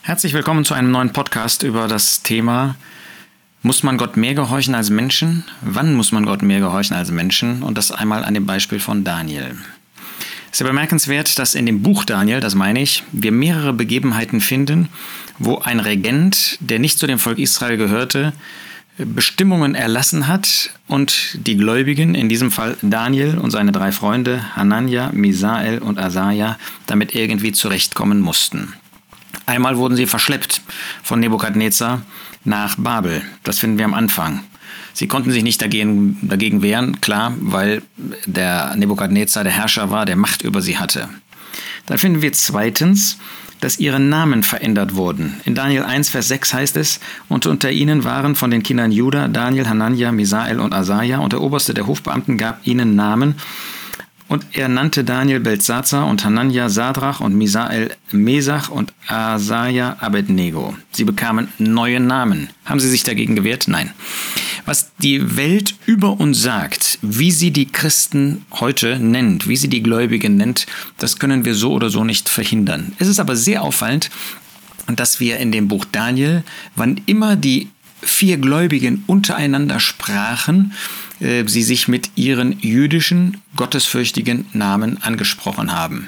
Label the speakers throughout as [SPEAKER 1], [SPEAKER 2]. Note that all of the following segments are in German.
[SPEAKER 1] Herzlich willkommen zu einem neuen Podcast über das Thema: Muss man Gott mehr gehorchen als Menschen? Wann muss man Gott mehr gehorchen als Menschen? Und das einmal an dem Beispiel von Daniel. Es ist ja bemerkenswert, dass in dem Buch Daniel, das meine ich, wir mehrere Begebenheiten finden, wo ein Regent, der nicht zu dem Volk Israel gehörte, Bestimmungen erlassen hat und die Gläubigen, in diesem Fall Daniel und seine 3 Freunde, Hanania, Misael und Asaja, damit irgendwie zurechtkommen mussten. Einmal wurden sie verschleppt von Nebukadnezar nach Babel. Das finden wir am Anfang. Sie konnten sich nicht dagegen wehren, klar, weil der Nebukadnezar der Herrscher war, der Macht über sie hatte. Dann finden wir zweitens, dass ihre Namen verändert wurden. In Daniel 1, Vers 6 heißt es: Und unter ihnen waren von den Kindern Juda Daniel, Hanania, Misael und Asaja, und der Oberste der Hofbeamten gab ihnen Namen. Und er nannte Daniel Beltsatzar und Hanania Sadrach und Misael Mesach und Asaja Abednego. Sie bekamen neue Namen. Haben sie sich dagegen gewehrt? Nein. Was die Welt über uns sagt, wie sie die Christen heute nennt, wie sie die Gläubigen nennt, das können wir so oder so nicht verhindern. Es ist aber sehr auffallend, dass wir in dem Buch Daniel, wann immer die 4 Gläubigen untereinander sprachen, sie sich mit ihren jüdischen, gottesfürchtigen Namen angesprochen haben.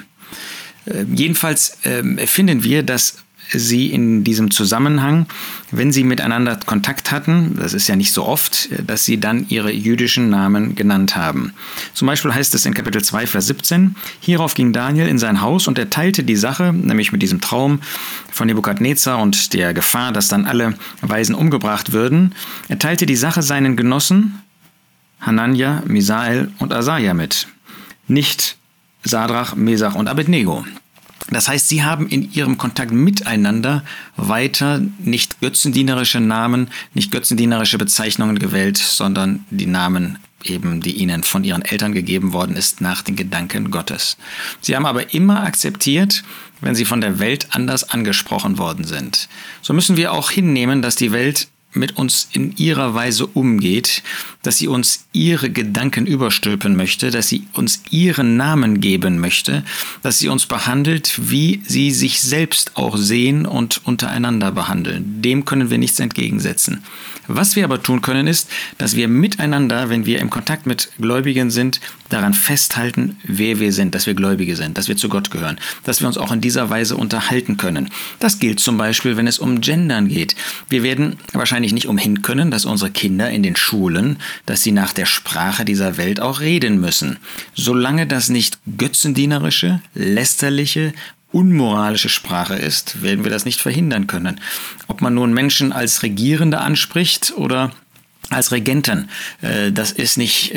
[SPEAKER 1] Jedenfalls finden wir, dass sie in diesem Zusammenhang, wenn sie miteinander Kontakt hatten, das ist ja nicht so oft, dass sie dann ihre jüdischen Namen genannt haben. Zum Beispiel heißt es in Kapitel 2, Vers 17, hierauf ging Daniel in sein Haus und er teilte die Sache, nämlich mit diesem Traum von Nebukadnezar und der Gefahr, dass dann alle Weisen umgebracht würden. Er teilte die Sache seinen Genossen Hanania, Misael und Asaja mit, nicht Sadrach, Mesach und Abednego. Das heißt, sie haben in ihrem Kontakt miteinander weiter nicht götzendienerische Namen, nicht götzendienerische Bezeichnungen gewählt, sondern die Namen eben, die ihnen von ihren Eltern gegeben worden ist, nach den Gedanken Gottes. Sie haben aber immer akzeptiert, wenn sie von der Welt anders angesprochen worden sind. So müssen wir auch hinnehmen, dass die Welt mit uns in ihrer Weise umgeht, dass sie uns ihre Gedanken überstülpen möchte, dass sie uns ihren Namen geben möchte, dass sie uns behandelt, wie sie sich selbst auch sehen und untereinander behandeln. Dem können wir nichts entgegensetzen. Was wir aber tun können, ist, dass wir miteinander, wenn wir im Kontakt mit Gläubigen sind, daran festhalten, wer wir sind, dass wir Gläubige sind, dass wir zu Gott gehören, dass wir uns auch in dieser Weise unterhalten können. Das gilt zum Beispiel, wenn es um Gendern geht. Wir werden wahrscheinlich nicht umhin können, dass unsere Kinder in den Schulen, dass sie nach der Sprache dieser Welt auch reden müssen. Solange das nicht götzendienerische, lästerliche, unmoralische Sprache ist, werden wir das nicht verhindern können. Ob man nun Menschen als Regierende anspricht oder als Regenten, das ist nicht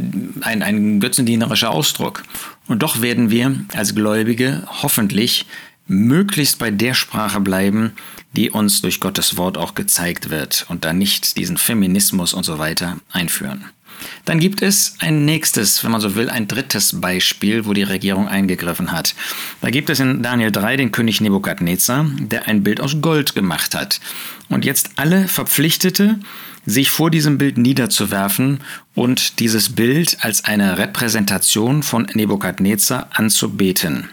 [SPEAKER 1] ein götzendienerischer Ausdruck. Und doch werden wir als Gläubige hoffentlich möglichst bei der Sprache bleiben, die uns durch Gottes Wort auch gezeigt wird und dann nicht diesen Feminismus und so weiter einführen. Dann gibt es ein nächstes, wenn man so will, ein drittes Beispiel, wo die Regierung eingegriffen hat. Da gibt es in Daniel 3 den König Nebukadnezar, der ein Bild aus Gold gemacht hat. Und jetzt alle verpflichtete, sich vor diesem Bild niederzuwerfen und dieses Bild als eine Repräsentation von Nebukadnezar anzubeten.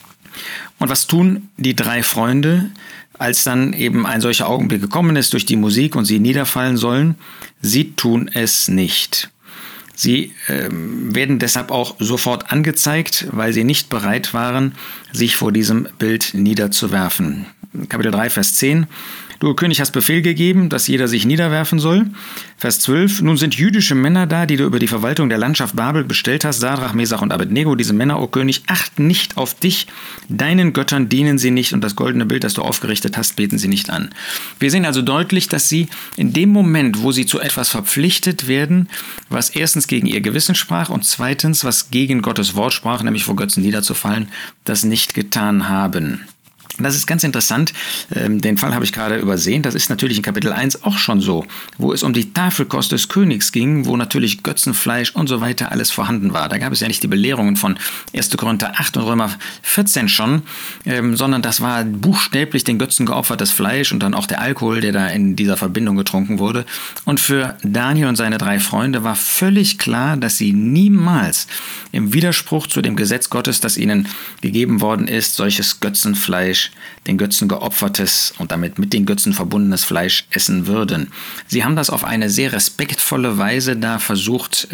[SPEAKER 1] Und was tun die 3 Freunde, als dann eben ein solcher Augenblick gekommen ist durch die Musik und sie niederfallen sollen? Sie tun es nicht. Sie werden deshalb auch sofort angezeigt, weil sie nicht bereit waren, sich vor diesem Bild niederzuwerfen. Kapitel 3, Vers 10. Du, König, hast Befehl gegeben, dass jeder sich niederwerfen soll. Vers 12. Nun sind jüdische Männer da, die du über die Verwaltung der Landschaft Babel bestellt hast, Sadrach, Mesach und Abednego. Diese Männer, o König, achten nicht auf dich. Deinen Göttern dienen sie nicht und das goldene Bild, das du aufgerichtet hast, beten sie nicht an. Wir sehen also deutlich, dass sie in dem Moment, wo sie zu etwas verpflichtet werden, was erstens gegen ihr Gewissen sprach und zweitens, was gegen Gottes Wort sprach, nämlich vor Götzen niederzufallen, das nicht getan haben. Das ist ganz interessant, den Fall habe ich gerade übersehen. Das ist natürlich in Kapitel 1 auch schon so, wo es um die Tafelkost des Königs ging, wo natürlich Götzenfleisch und so weiter alles vorhanden war. Da gab es ja nicht die Belehrungen von 1. Korinther 8 und Römer 14 schon, sondern das war buchstäblich den Götzen geopfertes Fleisch und dann auch der Alkohol, der da in dieser Verbindung getrunken wurde. Und für Daniel und seine 3 Freunde war völlig klar, dass sie niemals im Widerspruch zu dem Gesetz Gottes, das ihnen gegeben worden ist, solches Götzenfleisch Fleisch, den Götzen geopfertes und damit mit den Götzen verbundenes Fleisch essen würden. Sie haben das auf eine sehr respektvolle Weise da versucht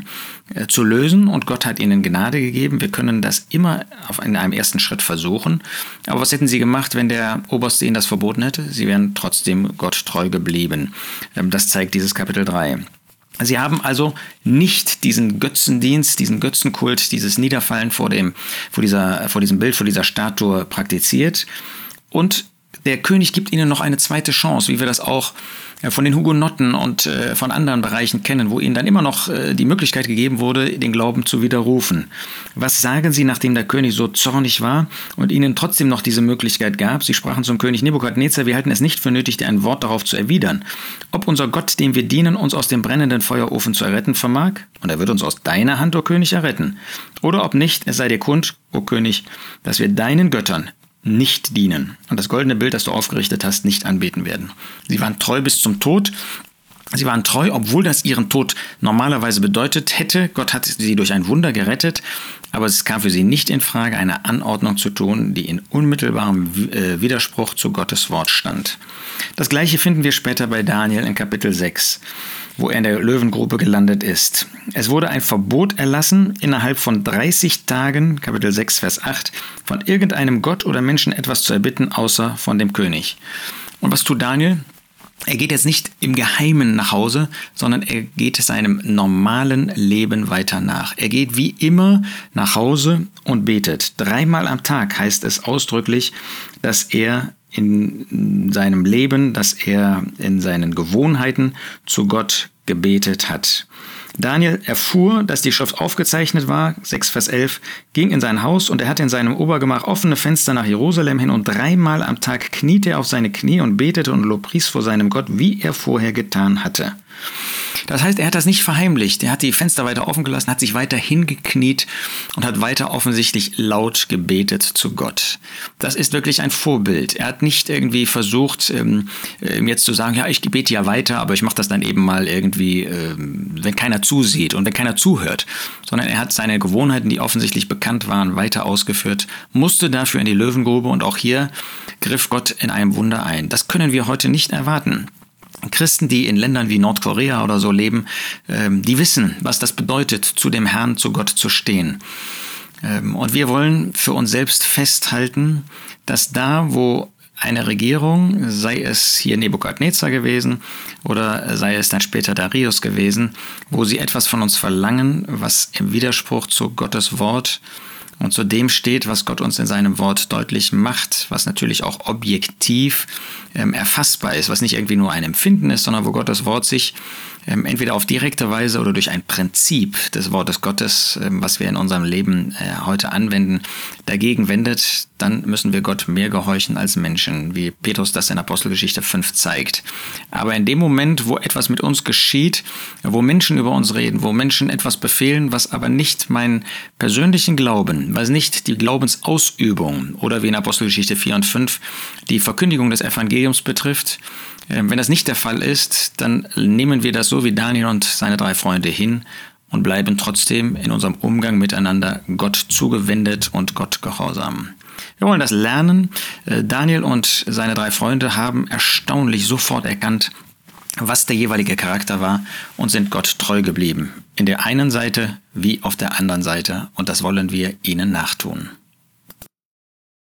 [SPEAKER 1] zu lösen und Gott hat ihnen Gnade gegeben. Wir können das immer in einem ersten Schritt versuchen. Aber was hätten sie gemacht, wenn der Oberste ihnen das verboten hätte? Sie wären trotzdem Gott treu geblieben. Das zeigt dieses Kapitel 3. Sie haben also nicht diesen Götzendienst, diesen Götzenkult, dieses Niederfallen vor diesem Bild, vor dieser Statue praktiziert. Und der König gibt ihnen noch eine zweite Chance, wie wir das auch von den Hugenotten und von anderen Bereichen kennen, wo ihnen dann immer noch die Möglichkeit gegeben wurde, den Glauben zu widerrufen. Was sagen sie, nachdem der König so zornig war und ihnen trotzdem noch diese Möglichkeit gab? Sie sprachen zum König Nebukadnezar: Wir halten es nicht für nötig, dir ein Wort darauf zu erwidern. Ob unser Gott, dem wir dienen, uns aus dem brennenden Feuerofen zu erretten vermag? Und er wird uns aus deiner Hand, o König, erretten. Oder ob nicht, es sei dir kund, o König, dass wir deinen Göttern nicht dienen und das goldene Bild, das du aufgerichtet hast, nicht anbeten werden. Sie waren treu bis zum Tod. Sie waren treu, obwohl das ihren Tod normalerweise bedeutet hätte. Gott hat sie durch ein Wunder gerettet, aber es kam für sie nicht in Frage, eine Anordnung zu tun, die in unmittelbarem Widerspruch zu Gottes Wort stand. Das Gleiche finden wir später bei Daniel in Kapitel 6. Wo er in der Löwengrube gelandet ist. Es wurde ein Verbot erlassen, innerhalb von 30 Tagen, Kapitel 6, Vers 8, von irgendeinem Gott oder Menschen etwas zu erbitten, außer von dem König. Und was tut Daniel? Er geht jetzt nicht im Geheimen nach Hause, sondern er geht seinem normalen Leben weiter nach. Er geht wie immer nach Hause und betet. 3-mal am Tag heißt es ausdrücklich, dass er in seinem Leben, dass er in seinen Gewohnheiten zu Gott gebetet hat. Daniel erfuhr, dass die Schrift aufgezeichnet war, 6 Vers 11, ging in sein Haus und er hatte in seinem Obergemach offene Fenster nach Jerusalem hin und 3-mal am Tag kniete er auf seine Knie und betete und lobpries vor seinem Gott, wie er vorher getan hatte. Das heißt, er hat das nicht verheimlicht. Er hat die Fenster weiter offen gelassen, hat sich weiter hingekniet und hat weiter offensichtlich laut gebetet zu Gott. Das ist wirklich ein Vorbild. Er hat nicht irgendwie versucht, jetzt zu sagen, ja, ich bete ja weiter, aber ich mache das dann eben mal irgendwie, wenn keiner zusieht und wenn keiner zuhört. Sondern er hat seine Gewohnheiten, die offensichtlich bekannt waren, weiter ausgeführt, musste dafür in die Löwengrube und auch hier griff Gott in einem Wunder ein. Das können wir heute nicht erwarten. Christen, die in Ländern wie Nordkorea oder so leben, die wissen, was das bedeutet, zu dem Herrn, zu Gott zu stehen. Und wir wollen für uns selbst festhalten, dass da, wo eine Regierung, sei es hier Nebukadnezar gewesen oder sei es dann später Darius gewesen, wo sie etwas von uns verlangen, was im Widerspruch zu Gottes Wort und zu dem steht, was Gott uns in seinem Wort deutlich macht, was natürlich auch objektiv erfassbar ist, was nicht irgendwie nur ein Empfinden ist, sondern wo Gottes Wort sich entweder auf direkte Weise oder durch ein Prinzip des Wortes Gottes, was wir in unserem Leben heute anwenden, dagegen wendet, dann müssen wir Gott mehr gehorchen als Menschen, wie Petrus das in Apostelgeschichte 5 zeigt. Aber in dem Moment, wo etwas mit uns geschieht, wo Menschen über uns reden, wo Menschen etwas befehlen, was aber nicht meinen persönlichen Glauben, was nicht die Glaubensausübung oder wie in Apostelgeschichte 4 und 5 die Verkündigung des Evangeliums betrifft, wenn das nicht der Fall ist, dann nehmen wir das so wie Daniel und seine 3 Freunde hin und bleiben trotzdem in unserem Umgang miteinander Gott zugewendet und Gott gehorsam. Wir wollen das lernen. Daniel und seine 3 Freunde haben erstaunlich sofort erkannt, was der jeweilige Charakter war und sind Gott treu geblieben. In der einen Seite wie auf der anderen Seite. Und das wollen wir ihnen nachtun.